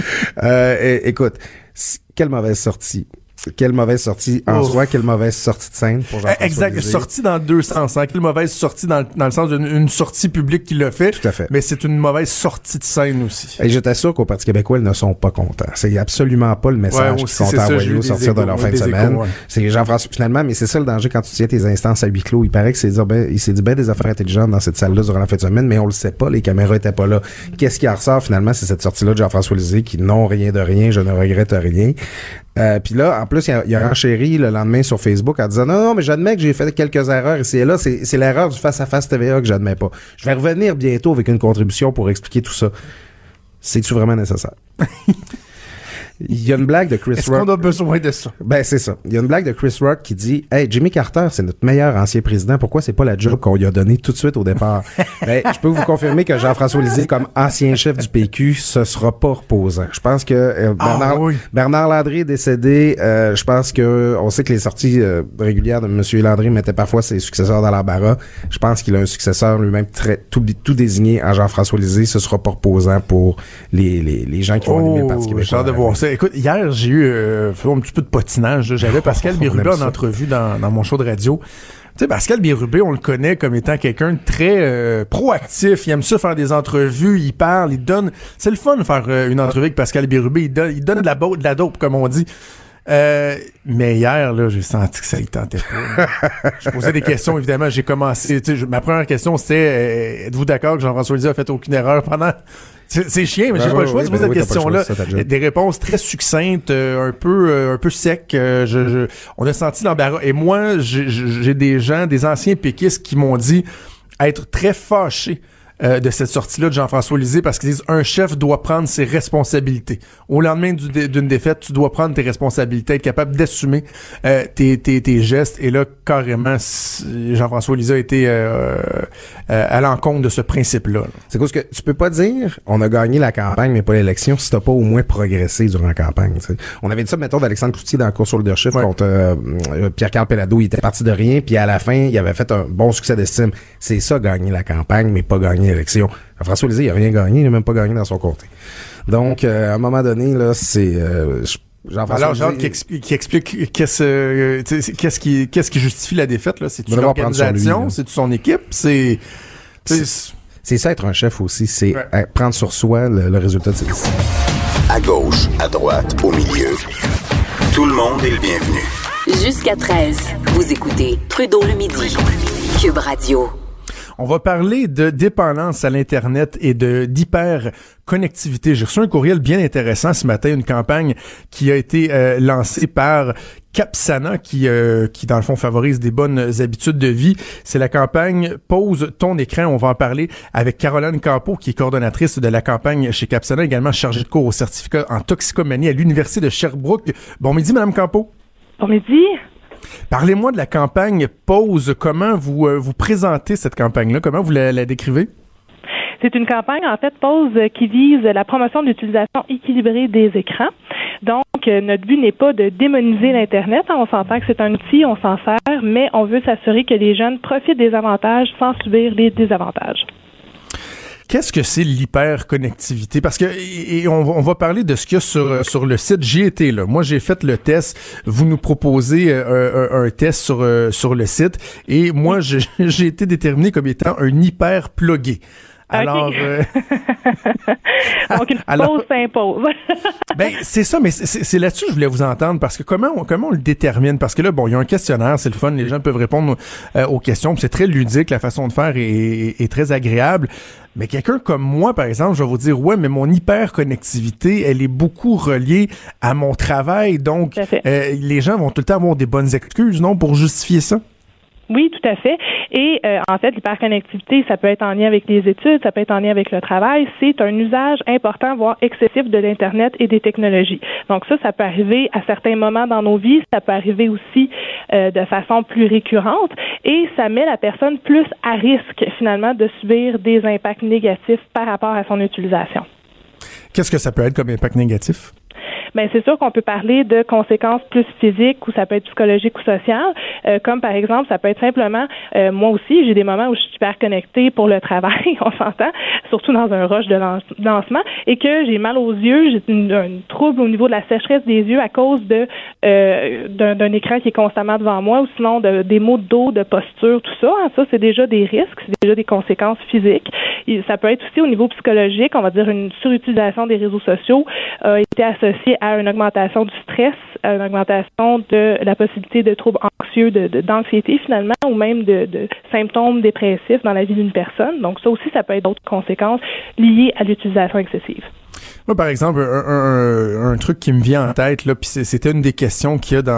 Écoute, quelle mauvaise sortie. Quelle mauvaise sortie en soi, quelle mauvaise sortie de scène pour Jean-François Exact, Lisée. Sortie dans deux sens. Hein. Quelle mauvaise sortie dans le sens d'une sortie publique qui l'a fait. Tout à fait. Mais c'est une mauvaise sortie de scène aussi. Et je t'assure qu'au Parti québécois, ils ne sont pas contents. C'est absolument pas le message qu'ils sont envoyés au sortir de leur fin de semaine. C'est Jean-François, finalement, mais c'est ça le danger quand tu tiens tes instances à huis clos. Il paraît que il s'est dit des affaires intelligentes dans cette salle-là durant la fin de semaine, mais on le sait pas, les caméras étaient pas là. Qu'est-ce qui en ressort finalement? C'est cette sortie-là de Jean-François Lisée qui non rien de rien, je ne regrette rien. Puis là, en plus, il a renchéri le lendemain sur Facebook en disant non, mais j'admets que j'ai fait quelques erreurs ici et là. C'est l'erreur du face-à-face TVA que j'admets pas. Je vais revenir bientôt avec une contribution pour expliquer tout ça. C'est-tu vraiment nécessaire? Il y a une blague de Chris Rock. Est-ce qu'on a besoin de ça? Ben, c'est ça. Il y a une blague de Chris Rock qui dit « Hey, Jimmy Carter, c'est notre meilleur ancien président. Pourquoi c'est pas la job qu'on lui a donnée tout de suite au départ? » Ben, je peux vous confirmer que Jean-François Lisée, comme ancien chef du PQ, ce sera pas reposant. Je pense que Bernard Landry est décédé. Je pense que on sait que les sorties régulières de M. Landry mettaient parfois ses successeurs dans l'embarras. Je pense qu'il a un successeur lui-même tout désigné en Jean-François Lisée. Ce sera pas reposant pour les gens qui vont animer le Parti québécois. J'ai hâte de voir ça. Écoute, hier, j'ai eu un petit peu de patinage. J'avais Pascal Bérubé en entrevue dans mon show de radio. Tu sais, Pascal Bérubé, on le connaît comme étant quelqu'un de très proactif. Il aime ça faire des entrevues, il parle, il donne... C'est le fun de faire une entrevue avec Pascal Bérubé. Il donne de la dope, comme on dit. Mais hier, là, j'ai senti que ça y tentait pas. Je posais des questions, évidemment. J'ai commencé... Ma première question, c'était êtes-vous d'accord que Jean-François Lisée a fait aucune erreur pendant... C'est chiant, mais j'ai pas le choix de poser cette question-là. Des réponses très succinctes, un peu secs. On a senti l'embarras. Et moi, j'ai des anciens péquistes qui m'ont dit être très fâchés de cette sortie-là de Jean-François Lisée parce qu'ils disent un chef doit prendre ses responsabilités. Au lendemain d'une défaite, tu dois prendre tes responsabilités, être capable d'assumer tes gestes. Et là, carrément, Jean-François Lisée a été à l'encontre de ce principe-là. C'est quoi ce que tu peux pas dire on a gagné la campagne mais pas l'élection si t'as pas au moins progressé durant la campagne. T'sais. On avait dit ça, mettons, d'Alexandre Cloutier dans la course au leadership contre Pierre-Carl Péladeau. Il était parti de rien, puis à la fin, il avait fait un bon succès d'estime. C'est ça, gagner la campagne, mais pas gagner l'élection. François Lisée, il a rien gagné, il a même pas gagné dans son comté. Donc, à un moment donné, là, Jean qui explique qu'est-ce qui justifie la défaite, là. C'est-tu l'organisation? C'est-tu son équipe? C'est ça être un chef aussi, c'est prendre sur soi le résultat de ses décisions. À gauche, à droite, au milieu. Tout le monde est le bienvenu. Jusqu'à 13, vous écoutez Trudeau le midi. Cube Radio. On va parler de dépendance à l'Internet et d'hyper-connectivité. J'ai reçu un courriel bien intéressant ce matin, une campagne qui a été lancée par Capsana, qui dans le fond favorise des bonnes habitudes de vie. C'est la campagne « Pose ton écran ». On va en parler avec Caroline Campeau, qui est coordonnatrice de la campagne chez Capsana, également chargée de cours au certificat en toxicomanie à l'Université de Sherbrooke. Bon midi, Madame Campeau. Bon midi. Parlez-moi de la campagne Pause. Comment vous présentez cette campagne-là? Comment vous la décrivez? C'est une campagne, en fait, Pause, qui vise la promotion de l'utilisation équilibrée des écrans. Donc, notre but n'est pas de démoniser l'Internet. On s'entend que c'est un outil, on s'en sert, mais on veut s'assurer que les jeunes profitent des avantages sans subir les désavantages. Qu'est-ce que c'est l'hyperconnectivité? Parce que on va parler de ce qu'il y a sur le site. J'y étais là. Moi, j'ai fait le test. Vous nous proposez un test sur le site. Et moi, j'ai été déterminé comme étant un hyper plugué. Alors, okay. Donc une pause s'impose. Ben c'est ça, mais c'est là-dessus que je voulais vous entendre, parce que comment on le détermine? Parce que là, bon, il y a un questionnaire, c'est le fun, les gens peuvent répondre aux questions, puis c'est très ludique, la façon de faire est très agréable. Mais quelqu'un comme moi, par exemple, je vais vous dire, ouais, mais mon hyperconnectivité, elle est beaucoup reliée à mon travail, donc les gens vont tout le temps avoir des bonnes excuses, non, pour justifier ça? Oui, tout à fait. Et en fait, l'hyperconnectivité, ça peut être en lien avec les études, ça peut être en lien avec le travail. C'est un usage important, voire excessif de l'Internet et des technologies. Donc ça peut arriver à certains moments dans nos vies. Ça peut arriver aussi de façon plus récurrente. Et ça met la personne plus à risque, finalement, de subir des impacts négatifs par rapport à son utilisation. Qu'est-ce que ça peut être comme impact négatif? Bien, c'est sûr qu'on peut parler de conséquences plus physiques ou ça peut être psychologique ou social, comme par exemple, ça peut être simplement, moi aussi, j'ai des moments où je suis hyper connectée pour le travail, on s'entend, surtout dans un rush de lancement, et que j'ai mal aux yeux, j'ai un trouble au niveau de la sécheresse des yeux à cause d'un écran qui est constamment devant moi, ou sinon des maux de dos, de posture, tout ça. Ça, c'est déjà des risques, c'est déjà des conséquences physiques. Et ça peut être aussi au niveau psychologique, on va dire une surutilisation des réseaux sociaux a été associée à une augmentation du stress, à une augmentation de la possibilité de troubles anxieux, d'anxiété finalement, ou même de symptômes dépressifs dans la vie d'une personne. Donc ça aussi, ça peut être d'autres conséquences liées à l'utilisation excessive. Moi, par exemple, un truc qui me vient en tête, là, puis c'était une des questions qu'il y a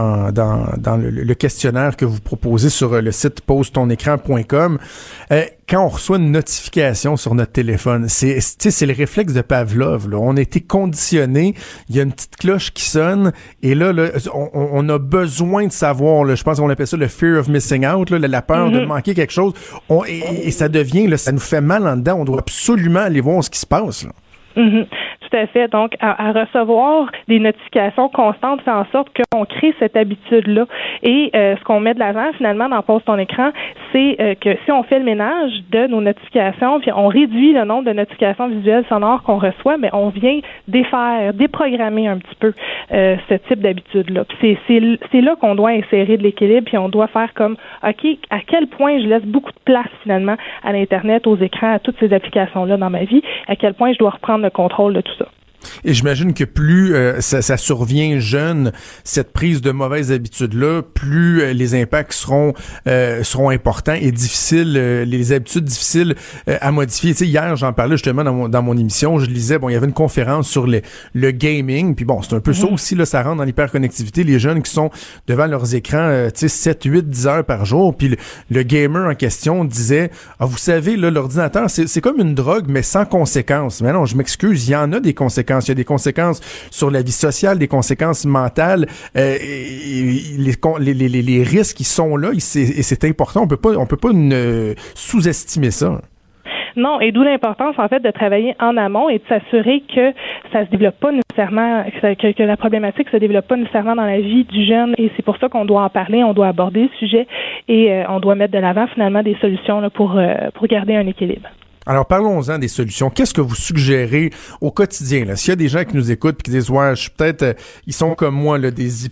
dans le questionnaire que vous proposez sur le site posetonécran.com. Quand on reçoit une notification sur notre téléphone, c'est le réflexe de Pavlov, là. On a été conditionné, il y a une petite cloche qui sonne, et là on a besoin de savoir, là, je pense qu'on appelle ça le fear of missing out, là, la peur de manquer quelque chose. Et ça devient, là, ça nous fait mal en dedans. On doit absolument aller voir ce qui se passe, là. Tout à fait. Donc, à recevoir des notifications constantes fait en sorte qu'on crée cette habitude-là. Et ce qu'on met de l'avant, finalement, dans Pose ton écran, c'est que si on fait le ménage de nos notifications, puis on réduit le nombre de notifications visuelles sonores qu'on reçoit, mais on vient déprogrammer un petit peu ce type d'habitude-là. Puis c'est là qu'on doit insérer de l'équilibre, puis on doit faire comme, OK, à quel point je laisse beaucoup de place, finalement, à l'Internet, aux écrans, à toutes ces applications-là dans ma vie, à quel point je dois reprendre le contrôle de tout ça. Et j'imagine que plus ça survient jeune, cette prise de mauvaises habitudes-là, plus les impacts seront importants et difficiles, les habitudes difficiles à modifier. Tu sais, hier, j'en parlais justement dans mon émission, je lisais, bon, il y avait une conférence sur le gaming, puis bon, c'est un peu ça aussi, là, ça rentre dans l'hyperconnectivité, les jeunes qui sont devant leurs écrans, tu sais, 7, 8, 10 heures par jour, puis le gamer en question disait, vous savez, là, l'ordinateur, c'est comme une drogue, mais sans conséquences. Mais non, je m'excuse, il y en a des conséquences. Il y a des conséquences sur la vie sociale, des conséquences mentales. Les risques qui sont là, et c'est important. On peut pas sous-estimer ça. Non, et d'où l'importance, en fait, de travailler en amont et de s'assurer que ça se développe pas nécessairement, que la problématique se développe pas nécessairement dans la vie du jeune. Et c'est pour ça qu'on doit en parler, on doit aborder le sujet et on doit mettre de l'avant, finalement, des solutions là, pour garder un équilibre. Alors, parlons-en des solutions. Qu'est-ce que vous suggérez au quotidien, là? S'il y a des gens qui nous écoutent et qui disent, ouais, je suis peut-être, ils sont comme moi, là, des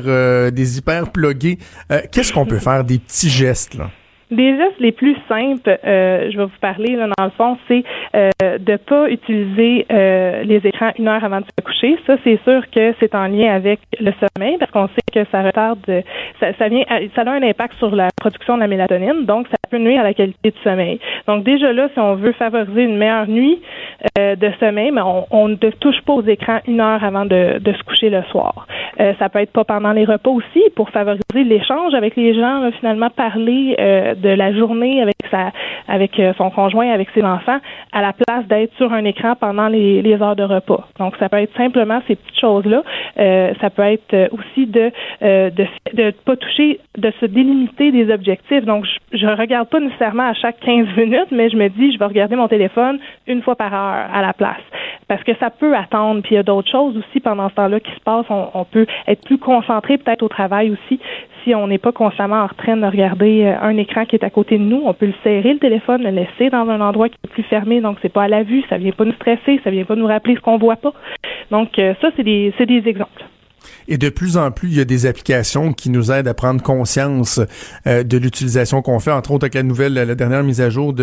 hyper plugués. Qu'est-ce qu'on peut faire? Des petits gestes, là? Les gestes les plus simples, je vais vous parler, là, dans le fond, c'est de pas utiliser les écrans 1 heure avant de se coucher. Ça, c'est sûr que c'est en lien avec le sommeil, parce qu'on sait que ça retarde, ça a un impact sur la production de la mélatonine, donc ça peut nuire à la qualité du sommeil. Donc déjà là, si on veut favoriser une meilleure nuit de sommeil, mais on ne touche pas aux écrans 1 heure avant de se coucher le soir. Ça peut être pas pendant les repas aussi, pour favoriser l'échange avec les gens, là, finalement parler de la journée avec son conjoint, avec ses enfants, à la place d'être sur un écran pendant les heures de repas. Donc, ça peut être simplement ces petites choses-là. Ça peut être aussi de pas toucher, de se délimiter des objectifs. Donc, je regarde pas nécessairement à chaque 15 minutes, mais je me dis, je vais regarder mon téléphone une fois par heure à la place. Parce que ça peut attendre. Puis il y a d'autres choses aussi pendant ce temps-là qui se passent. On peut être plus concentré peut-être au travail aussi. Si on n'est pas constamment en train de regarder un écran qui est à côté de nous, on peut le serrer, le téléphone, le laisser dans un endroit qui est plus fermé, donc c'est pas à la vue, ça vient pas nous stresser, ça vient pas nous rappeler ce qu'on voit pas. Donc ça, c'est des exemples. Et de plus en plus, il y a des applications qui nous aident à prendre conscience de l'utilisation qu'on fait, entre autres avec la dernière mise à jour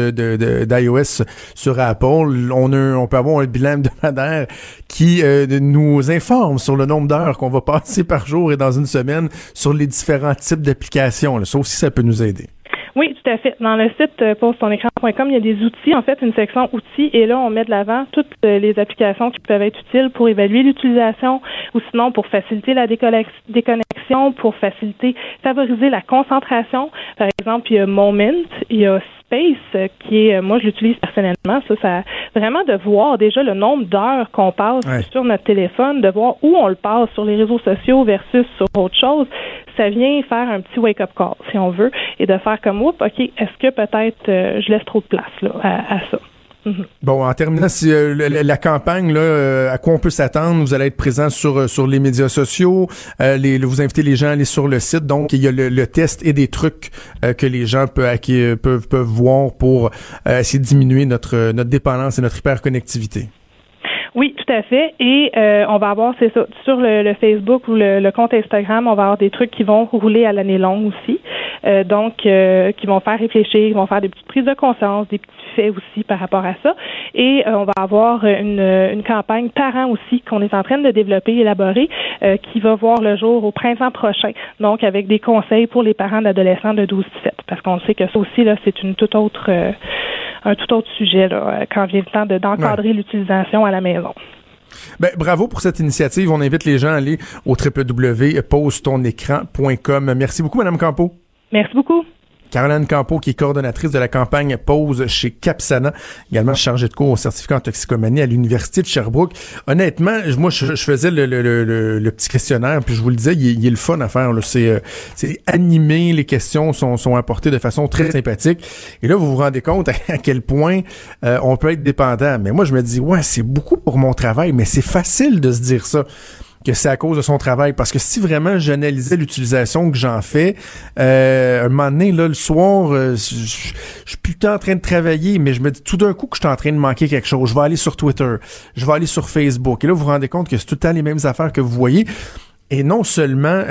d'iOS sur Apple. On peut avoir un bilan hebdomadaire qui nous informe sur le nombre d'heures qu'on va passer par jour et dans une semaine sur les différents types d'applications. Là. Ça aussi, ça peut nous aider. Oui, tout à fait. Dans le site posetonecran.com, il y a des outils, en fait, une section outils, et là, on met de l'avant toutes les applications qui peuvent être utiles pour évaluer l'utilisation ou sinon pour faciliter la déconnexion, pour favoriser la concentration. Par exemple, il y a Moment, il y a Space, qui est, moi, je l'utilise personnellement. Ça, vraiment de voir déjà le nombre d'heures qu'on passe sur notre téléphone, de voir où on le passe sur les réseaux sociaux versus sur autre chose. Ça vient faire un petit wake-up call, si on veut, et de faire comme, oups, OK, est-ce que peut-être je laisse trop de place là, à ça? Mm-hmm. Bon, en terminant, la campagne, là, à quoi on peut s'attendre? Vous allez être présent sur les médias sociaux, vous invitez les gens à aller sur le site. Donc, il y a le test et des trucs que les gens peuvent voir pour essayer de diminuer notre dépendance et notre hyperconnectivité. Oui, tout à fait. Et on va avoir, c'est ça, sur le Facebook ou le compte Instagram, on va avoir des trucs qui vont rouler à l'année longue aussi. Donc, qui vont faire réfléchir, qui vont faire des petites prises de conscience, des petits faits aussi par rapport à ça. Et on va avoir une campagne parents aussi qu'on est en train de développer, élaborer, qui va voir le jour au printemps prochain. Donc, avec des conseils pour les parents d'adolescents de 12-17. Parce qu'on sait que ça aussi, là, c'est un tout autre sujet, là, quand vient le temps d'encadrer l'utilisation à la maison. Ben, bravo pour cette initiative. On invite les gens à aller au www.posetonecran.com. Merci beaucoup, Mme Campeau. Merci beaucoup. Caroline Campeau, qui est coordonnatrice de la campagne Pause chez Capsana, également chargée de cours au certificat en toxicomanie à l'Université de Sherbrooke. Honnêtement, moi, je faisais le petit questionnaire, puis je vous le disais, il est le fun à faire. Là. C'est animé, les questions sont apportées de façon très sympathique. Et là, vous vous rendez compte à quel point on peut être dépendant. Mais moi, je me dis, ouais, c'est beaucoup pour mon travail, mais c'est facile de se dire ça, que c'est à cause de son travail. Parce que si vraiment j'analysais l'utilisation que j'en fais, un moment donné, là, le soir, je suis plus en train de travailler, mais je me dis tout d'un coup que je suis en train de manquer quelque chose. Je vais aller sur Twitter, je vais aller sur Facebook. Et là, vous vous rendez compte que c'est tout le temps les mêmes affaires que vous voyez. Et non seulement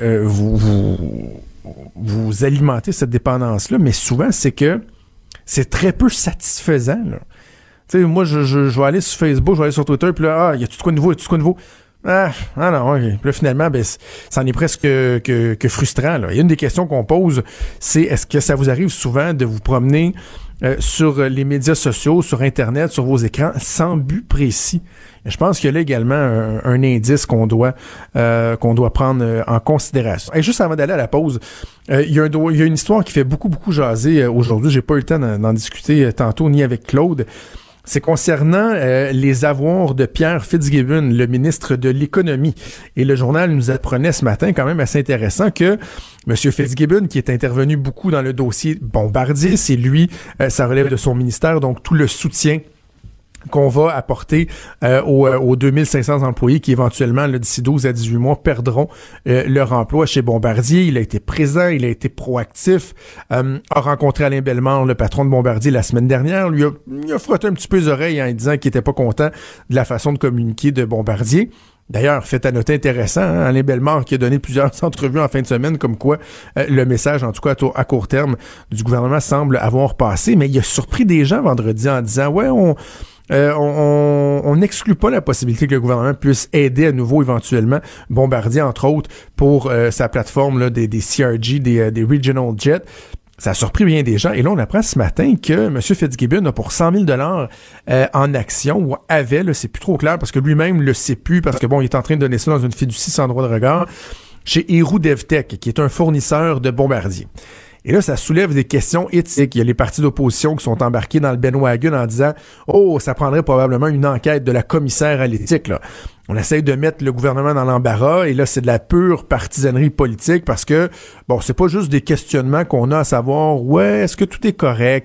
vous alimentez cette dépendance-là, mais souvent, c'est que c'est très peu satisfaisant. Tu sais, moi, je vais aller sur Facebook, je vais aller sur Twitter, puis là, y a tout de quoi nouveau, Ah non, okay. Puis là, finalement, c'en est presque que frustrant. Là. Il y a une des questions qu'on pose, c'est est-ce que ça vous arrive souvent de vous promener sur les médias sociaux, sur Internet, sur vos écrans, sans but précis? Et je pense qu'il y a là également un indice qu'on doit prendre en considération. Et juste avant d'aller à la pause, il y a une histoire qui fait beaucoup jaser aujourd'hui. J'ai pas eu le temps d'en discuter tantôt, ni avec Claude. C'est concernant les avoirs de Pierre Fitzgibbon, le ministre de l'Économie. Et le journal nous apprenait ce matin, quand même assez intéressant, que M. Fitzgibbon, qui est intervenu beaucoup dans le dossier Bombardier, c'est lui, ça relève de son ministère, donc tout le soutien qu'on va apporter aux 2500 employés qui éventuellement, là, d'ici 12 à 18 mois, perdront leur emploi chez Bombardier. Il a été présent, il a été proactif, a rencontré Alain Bellemare, le patron de Bombardier, la semaine dernière, lui a frotté un petit peu les oreilles en disant qu'il était pas content de la façon de communiquer de Bombardier. D'ailleurs, fait à noter intéressant, hein, Alain Bellemare qui a donné plusieurs entrevues en fin de semaine comme quoi le message, en tout cas à court terme, du gouvernement semble avoir passé, mais il a surpris des gens vendredi en disant « Ouais, on n'exclut pas la possibilité que le gouvernement puisse aider à nouveau éventuellement Bombardier, entre autres, pour sa plateforme là, des CRJ, des Regional Jets. » Ça a surpris bien des gens. Et là, on apprend ce matin que M. Fitzgibbon a pour 100 000 $ en action, ou avait, là, c'est plus trop clair, parce que lui-même le sait plus, parce que bon, il est en train de donner ça dans une fiducie sans droit de regard, chez Héroux DevTech, qui est un fournisseur de Bombardier. Et là, ça soulève des questions éthiques. Il y a les partis d'opposition qui sont embarqués dans le bandwagon en disant « Oh, ça prendrait probablement une enquête de la commissaire à l'éthique. » là. On essaye de mettre le gouvernement dans l'embarras et là, c'est de la pure partisanerie politique parce que, bon, c'est pas juste des questionnements qu'on a à savoir « Ouais, est-ce que tout est correct?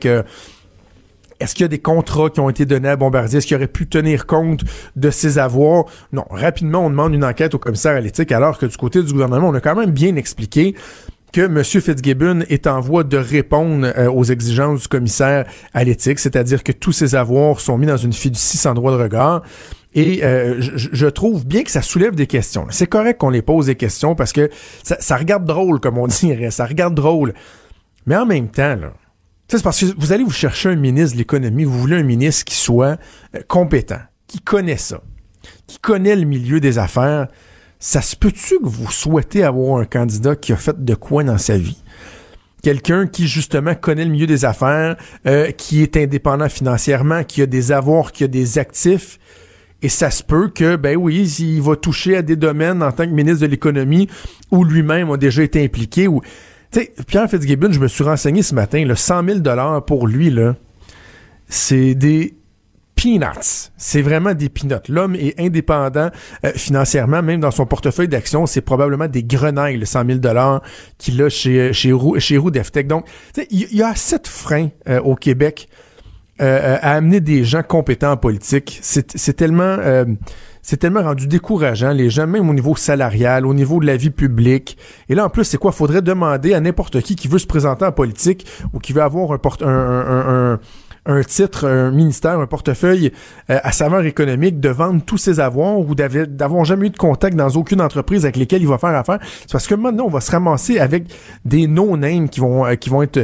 Est-ce qu'il y a des contrats qui ont été donnés à Bombardier? Est-ce qu'il aurait pu tenir compte de ses avoirs? » Non, rapidement, on demande une enquête au commissaire à l'éthique alors que du côté du gouvernement, on a quand même bien expliqué que M. Fitzgibbon est en voie de répondre aux exigences du commissaire à l'éthique, c'est-à-dire que tous ses avoirs sont mis dans une fiducie sans droit de regard. Et je trouve bien que ça soulève des questions. C'est correct qu'on les pose des questions parce que ça regarde drôle, comme on dirait. Ça regarde drôle. Mais en même temps, là, c'est parce que vous allez vous chercher un ministre de l'économie, vous voulez un ministre qui soit compétent, qui connaît ça, qui connaît le milieu des affaires. Ça se peut-tu que vous souhaitez avoir un candidat qui a fait de quoi dans sa vie? Quelqu'un qui, justement, connaît le milieu des affaires, qui est indépendant financièrement, qui a des avoirs, qui a des actifs. Et ça se peut que, ben oui, il va toucher à des domaines en tant que ministre de l'économie où lui-même a déjà été impliqué. Ou, tu sais, Pierre Fitzgibbon, je me suis renseigné ce matin, là, 100 000 $ pour lui, là, c'est des peanuts. C'est vraiment des peanuts. L'homme est indépendant financièrement, même dans son portefeuille d'actions, c'est probablement des grenailles, le 100 000 $ qu'il a chez Héroux DevTech. Donc, il y a assez de freins au Québec à amener des gens compétents en politique. C'est tellement rendu décourageant, les gens, même au niveau salarial, au niveau de la vie publique. Et là, en plus, c'est quoi? Faudrait demander à n'importe qui veut se présenter en politique ou qui veut avoir un titre, un ministère, un portefeuille à saveur économique, de vendre tous ses avoirs ou d'avoir jamais eu de contact dans aucune entreprise avec lesquelles il va faire affaire. C'est parce que maintenant, on va se ramasser avec des no-names qui vont être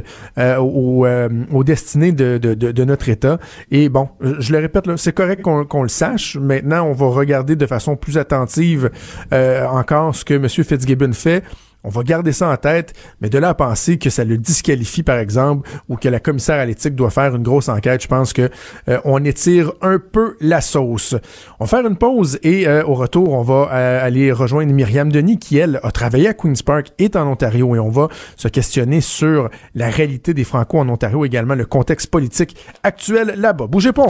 aux destinées de notre État. Et bon, je le répète, là, c'est correct qu'on le sache. Maintenant, on va regarder de façon plus attentive encore ce que M. Fitzgibbon fait. On va garder ça en tête, mais de là à penser que ça le disqualifie, par exemple, ou que la commissaire à l'éthique doit faire une grosse enquête, je pense que on étire un peu la sauce. On va faire une pause et au retour, on va aller rejoindre Myriam Denis qui, elle, a travaillé à Queen's Park, est en Ontario, et on va se questionner sur la réalité des Franco en Ontario, également le contexte politique actuel là-bas. Bougez pas!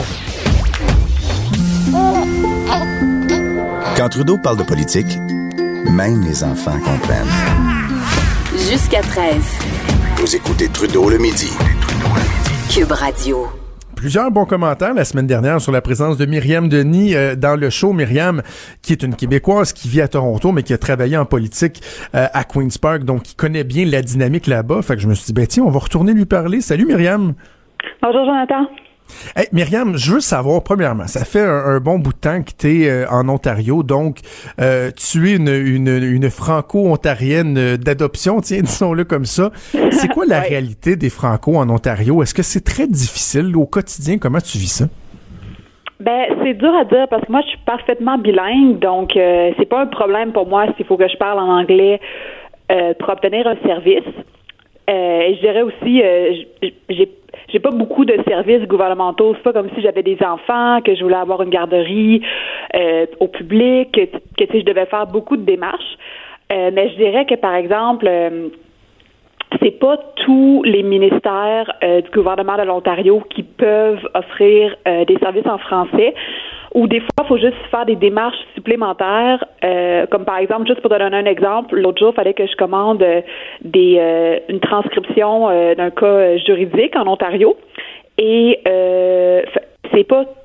Quand Trudeau parle de politique, même les enfants comprennent. Jusqu'à 13. Vous écoutez Trudeau le midi. Cube Radio. Plusieurs bons commentaires la semaine dernière sur la présence de Myriam Denis dans le show. Myriam, qui est une Québécoise qui vit à Toronto, mais qui a travaillé en politique à Queen's Park, donc qui connaît bien la dynamique là-bas. Fait que je me suis dit, ben tiens, on va retourner lui parler. Salut Myriam. Bonjour Jonathan. Hey, Myriam, je veux savoir, premièrement, ça fait un bon bout de temps que tu es en Ontario, donc tu es une franco-ontarienne d'adoption, tiens, disons-le comme ça. C'est quoi la réalité des Franco en Ontario? Est-ce que c'est très difficile au quotidien? Comment tu vis ça? Ben, c'est dur à dire parce que moi, je suis parfaitement bilingue, donc c'est pas un problème pour moi s'il faut que je parle en anglais pour obtenir un service. Et je dirais aussi, j'ai pas beaucoup de services gouvernementaux. C'est pas comme si j'avais des enfants, que je voulais avoir une garderie au public, que je devais faire beaucoup de démarches. Mais je dirais que, par exemple, c'est pas tous les ministères du gouvernement de l'Ontario qui peuvent offrir des services en français. Ou des fois, il faut juste faire des démarches supplémentaires, comme par exemple, juste pour te donner un exemple, l'autre jour, il fallait que je commande une transcription d'un cas juridique en Ontario. Et c'est pas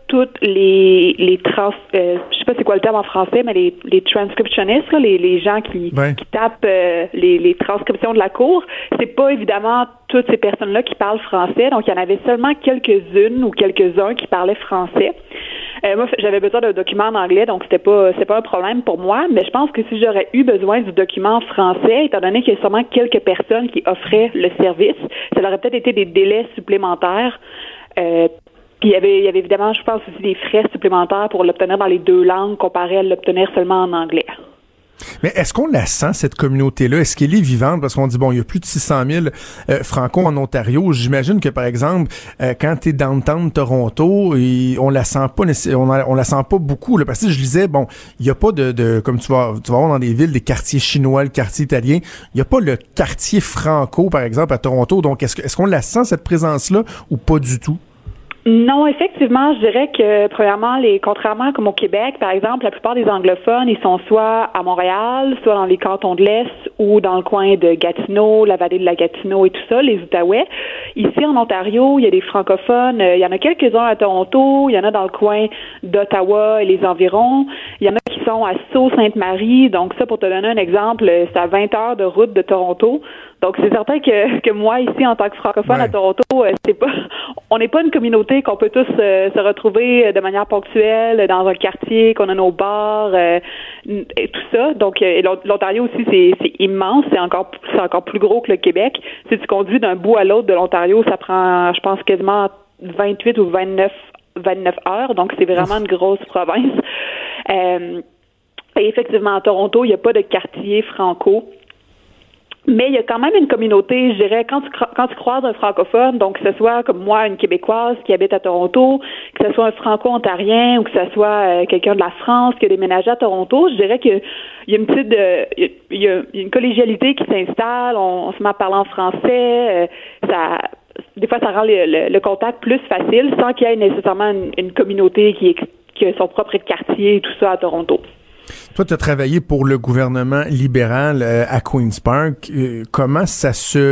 toutes les je sais pas c'est quoi le terme en français, mais les transcriptionnistes, là, les gens qui tapent les transcriptions de la cour, c'est pas évidemment toutes ces personnes-là qui parlent français, donc il y en avait seulement quelques-unes ou quelques-uns qui parlaient français. Moi, j'avais besoin d'un document en anglais, donc c'est pas un problème pour moi, mais je pense que si j'aurais eu besoin du document en français, étant donné qu'il y a seulement quelques personnes qui offraient le service, ça aurait peut-être été des délais supplémentaires. Puis il y avait évidemment, je pense aussi des frais supplémentaires pour l'obtenir dans les 2 langues comparé à l'obtenir seulement en anglais. Mais est-ce qu'on la sent, cette communauté-là? Est-ce qu'elle est vivante? Parce qu'on dit, bon, il y a plus de 600 000 Franco en Ontario. J'imagine que, par exemple, quand t'es downtown Toronto, on la sent pas on la sent pas beaucoup, là, parce que je lisais, bon, il y a pas de comme tu vas voir dans des villes, des quartiers chinois, le quartier italien, il y a pas le quartier franco, par exemple, à Toronto. Donc, est-ce qu'on la sent, cette présence-là, ou pas du tout? Non, effectivement, je dirais que, premièrement, contrairement comme au Québec, par exemple, la plupart des anglophones, ils sont soit à Montréal, soit dans les cantons de l'Est ou dans le coin de Gatineau, la vallée de la Gatineau et tout ça, les Outaouais. Ici, en Ontario, il y a des francophones. Il y en a quelques-uns à Toronto. Il y en a dans le coin d'Ottawa et les environs. Il y en a qui sont à Sault-Sainte-Marie. Donc, ça, pour te donner un exemple, c'est à 20 heures de route de Toronto. Donc, c'est certain que moi, ici, en tant que francophone à Toronto, on n'est pas une communauté qu'on peut tous se retrouver de manière ponctuelle dans un quartier, qu'on a nos bars et tout ça. Donc, l'Ontario aussi, c'est immense. C'est encore plus gros que le Québec. Si tu conduis d'un bout à l'autre de l'Ontario, ça prend, je pense, quasiment 28 ou 29 heures. Donc, c'est vraiment une grosse province. Et effectivement, à Toronto, il n'y a pas de quartier franco. Mais il y a quand même une communauté, je dirais, quand tu croises un francophone, donc que ce soit comme moi, une Québécoise qui habite à Toronto, que ce soit un franco-ontarien ou que ce soit quelqu'un de la France qui a déménagé à Toronto, je dirais qu'il y a une petite il y a une collégialité qui s'installe, on se met à parler en français, des fois ça rend le contact plus facile sans qu'il y ait nécessairement une communauté qui a son propre quartier et tout ça à Toronto. Toi, tu as travaillé pour le gouvernement libéral à Queen's Park. Comment ça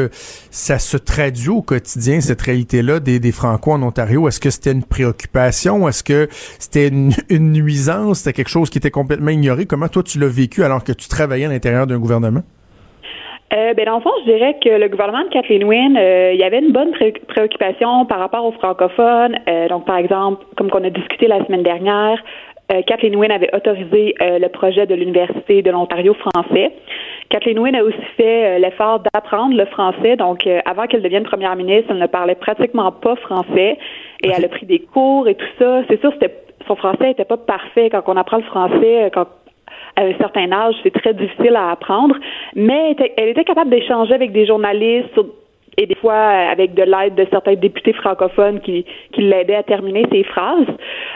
se traduit au quotidien, cette réalité-là des Franco en Ontario? Est-ce que c'était une préoccupation? Est-ce que c'était une nuisance? C'était quelque chose qui était complètement ignoré? Comment toi, tu l'as vécu alors que tu travaillais à l'intérieur d'un gouvernement? Dans le fond, je dirais que le gouvernement de Kathleen Wynne, il y avait une bonne préoccupation par rapport aux francophones. Donc, par exemple, comme qu'on a discuté la semaine dernière, Kathleen Wynne avait autorisé le projet de l'Université de l'Ontario français. Kathleen Wynne a aussi fait l'effort d'apprendre le français. Donc, avant qu'elle devienne première ministre, elle ne parlait pratiquement pas français et elle a pris des cours et tout ça. C'est sûr, son français n'était pas parfait. Quand on apprend le français, à un certain âge, c'est très difficile à apprendre. Mais elle était capable d'échanger avec des journalistes et des fois avec de l'aide de certains députés francophones qui l'aidaient à terminer ses phrases.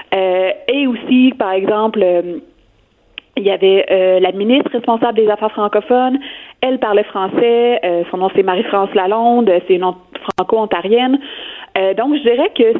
Et aussi, par exemple, il y avait la ministre responsable des Affaires francophones. Elle parlait français. Son nom, c'est Marie-France Lalonde. C'est une franco-ontarienne. Donc, je dirais que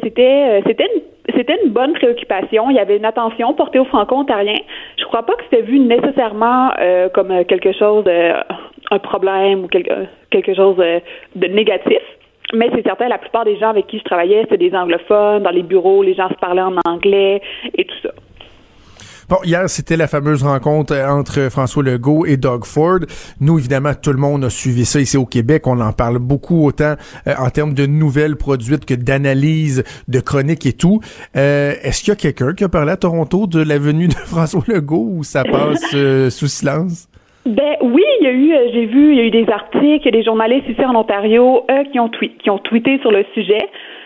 c'était une bonne préoccupation. Il y avait une attention portée aux franco-ontariens. Je crois pas que c'était vu nécessairement comme quelque chose, un problème ou quelque chose de négatif. Mais c'est certain, la plupart des gens avec qui je travaillais, c'était des anglophones. Dans les bureaux, les gens se parlaient en anglais et tout ça. Bon, hier, c'était la fameuse rencontre entre François Legault et Doug Ford. Nous, évidemment, tout le monde a suivi ça ici au Québec. On en parle beaucoup, autant en termes de nouvelles produites que d'analyses, de chroniques et tout. Est-ce qu'il y a quelqu'un qui a parlé à Toronto de la venue de François Legault ou ça passe sous silence? Oui, il y a eu des articles, il y a des journalistes ici en Ontario qui ont tweeté sur le sujet.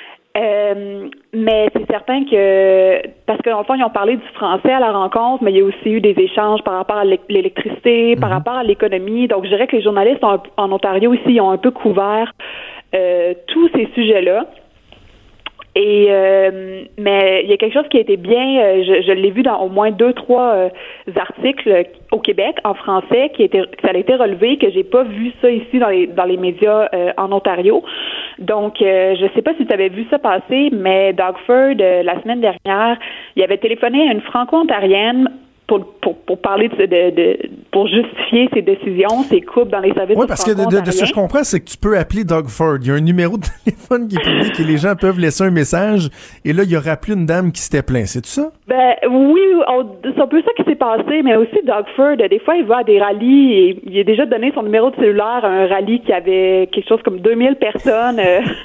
Mais c'est certain que, parce que dans le fond, ils ont parlé du français à la rencontre, mais il y a aussi eu des échanges par rapport à l'électricité, par rapport à l'économie. Donc, je dirais que les journalistes en Ontario ici ont un peu couvert tous ces sujets-là. Et mais il y a quelque chose qui a été bien, je l'ai vu dans au moins 2-3 articles au Québec en français ça a été relevé, que j'ai pas vu ça ici dans les médias en Ontario. Donc je sais pas si tu avais vu ça passer, mais Doug Ford la semaine dernière, il avait téléphoné à une franco-ontarienne pour parler pour justifier ses décisions, ses coupes dans les services. Oui, parce que de ce que je comprends, c'est que tu peux appeler Doug Ford. Il y a un numéro de téléphone qui est public et les gens peuvent laisser un message. Et là, il y a rappelé une dame qui s'était plainte. C'est tout ça? Ben oui, c'est un peu ça qui s'est passé, mais aussi Doug Ford, des fois, il va à des rallyes et il a déjà donné son numéro de cellulaire à un rallye qui avait quelque chose comme 2000 personnes.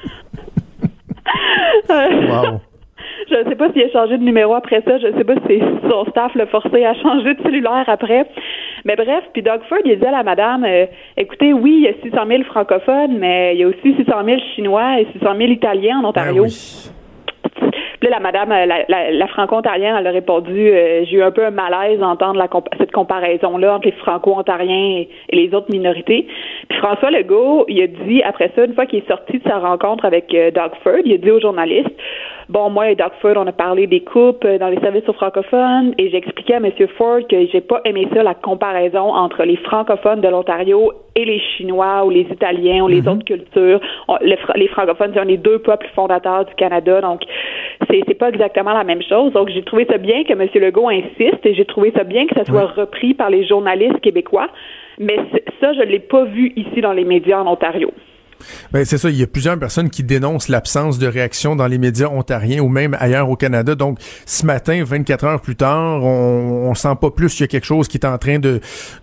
Wow. Je ne sais pas s'il a changé de numéro après ça. Je ne sais pas si son staff l'a forcé à changer de cellulaire après. Mais bref, puis Doug Ford, il dit à la madame, écoutez, oui, il y a 600 000 francophones, mais il y a aussi 600 000 Chinois et 600 000 Italiens en Ontario. Ben oui. Puis là, la madame, la franco-ontarienne, elle a répondu, j'ai eu un peu un malaise d'entendre cette comparaison-là entre les franco-ontariens et les autres minorités. Puis François Legault, il a dit, après ça, une fois qu'il est sorti de sa rencontre avec Doug Ford, il a dit aux journalistes, bon, moi et Doug Ford, on a parlé des coupes dans les services aux francophones et j'ai expliqué à M. Ford que j'ai pas aimé ça, la comparaison entre les francophones de l'Ontario et les Chinois ou les Italiens ou les autres cultures. Les francophones, c'est un des deux peuples fondateurs du Canada, donc c'est pas exactement la même chose. Donc, j'ai trouvé ça bien que M. Legault insiste et j'ai trouvé ça bien que ça soit repris par les journalistes québécois, mais ça, je l'ai pas vu ici dans les médias en Ontario. Ben, c'est ça, il y a plusieurs personnes qui dénoncent l'absence de réaction dans les médias ontariens ou même ailleurs au Canada. Donc, ce matin, 24 heures plus tard, on sent pas plus qu'il y a quelque chose qui est en train de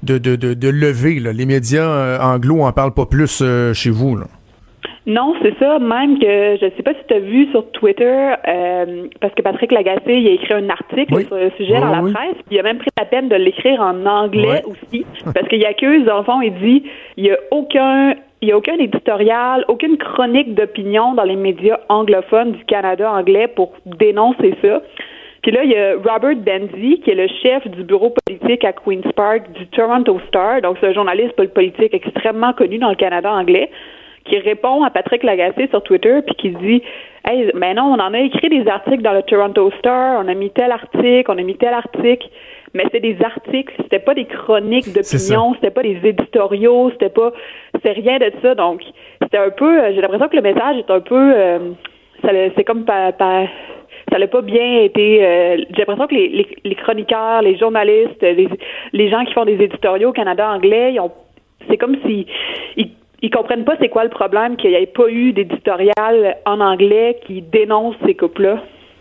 lever, là. Les médias anglo en parlent pas plus chez vous, là. Non, c'est ça. Même que, je sais pas si tu as vu sur Twitter, parce que Patrick Lagacé, il a écrit un article sur le sujet dans la presse, puis il a même pris la peine de l'écrire en anglais aussi, parce qu'il accuse, dans le fond, il dit, il y a aucun éditorial, aucune chronique d'opinion dans les médias anglophones du Canada anglais pour dénoncer ça. Puis là, il y a Robert Benzie, qui est le chef du bureau politique à Queen's Park du Toronto Star, donc c'est un journaliste politique extrêmement connu dans le Canada anglais, qui répond à Patrick Lagacé sur Twitter, puis qui dit « Hey, mais non, on en a écrit des articles dans le Toronto Star, on a mis tel article, mais c'est des articles, c'était pas des chroniques d'opinion, c'était pas des éditoriaux, c'est rien de ça. Donc, c'était un peu, j'ai l'impression que le message est un peu, c'est comme ça n'a pas bien été. J'ai l'impression que les chroniqueurs, les journalistes, les gens qui font des éditoriaux au Canada anglais, c'est comme si ils comprennent pas c'est quoi le problème qu'il n'y ait pas eu d'éditorial en anglais qui dénonce ces couples-là.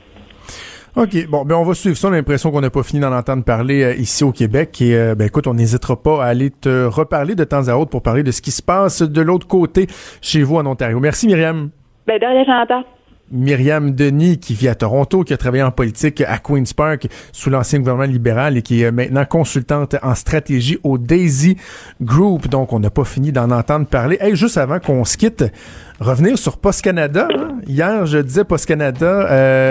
OK. Bon, ben on va suivre ça. On a l'impression qu'on n'a pas fini d'en entendre parler ici au Québec. Et ben écoute, on n'hésitera pas à aller te reparler de temps à autre pour parler de ce qui se passe de l'autre côté chez vous en Ontario. Merci, Myriam. Ben, de rien, Jonathan. Myriam Denis, qui vit à Toronto, qui a travaillé en politique à Queen's Park sous l'ancien gouvernement libéral et qui est maintenant consultante en stratégie au Daisy Group. Donc, on n'a pas fini d'en entendre parler. Hey, juste avant qu'on se quitte, revenir sur Post Canada. Hein? Hier, je disais Post Canada,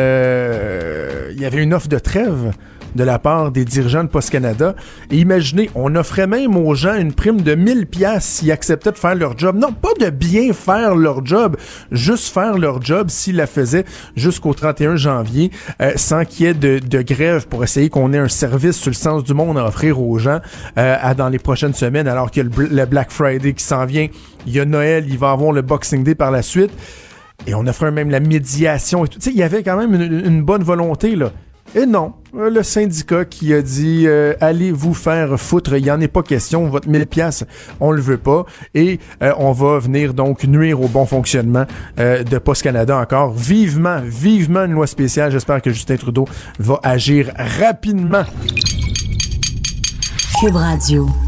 il y avait une offre de trêve de la part des dirigeants de Post Canada. Et imaginez, on offrait même aux gens une prime de 1000 piastres s'ils acceptaient de faire leur job. Non, pas de bien faire leur job, juste faire leur job s'ils la faisaient jusqu'au 31 janvier, sans qu'il y ait de grève pour essayer qu'on ait un service sur le sens du monde à offrir aux gens dans les prochaines semaines, alors qu'il y a le Black Friday qui s'en vient, il y a Noël, il va y avoir le Boxing Day par la suite. Et on offrait même la médiation et tout. Tu sais, il y avait quand même une bonne volonté, là. Et non, le syndicat qui a dit allez vous faire foutre, il n'y en est pas question, votre 1000 piastres, on le veut pas, et on va venir donc nuire au bon fonctionnement de Post Canada encore. Vivement une loi spéciale. J'espère que Justin Trudeau va agir rapidement. Cube Radio.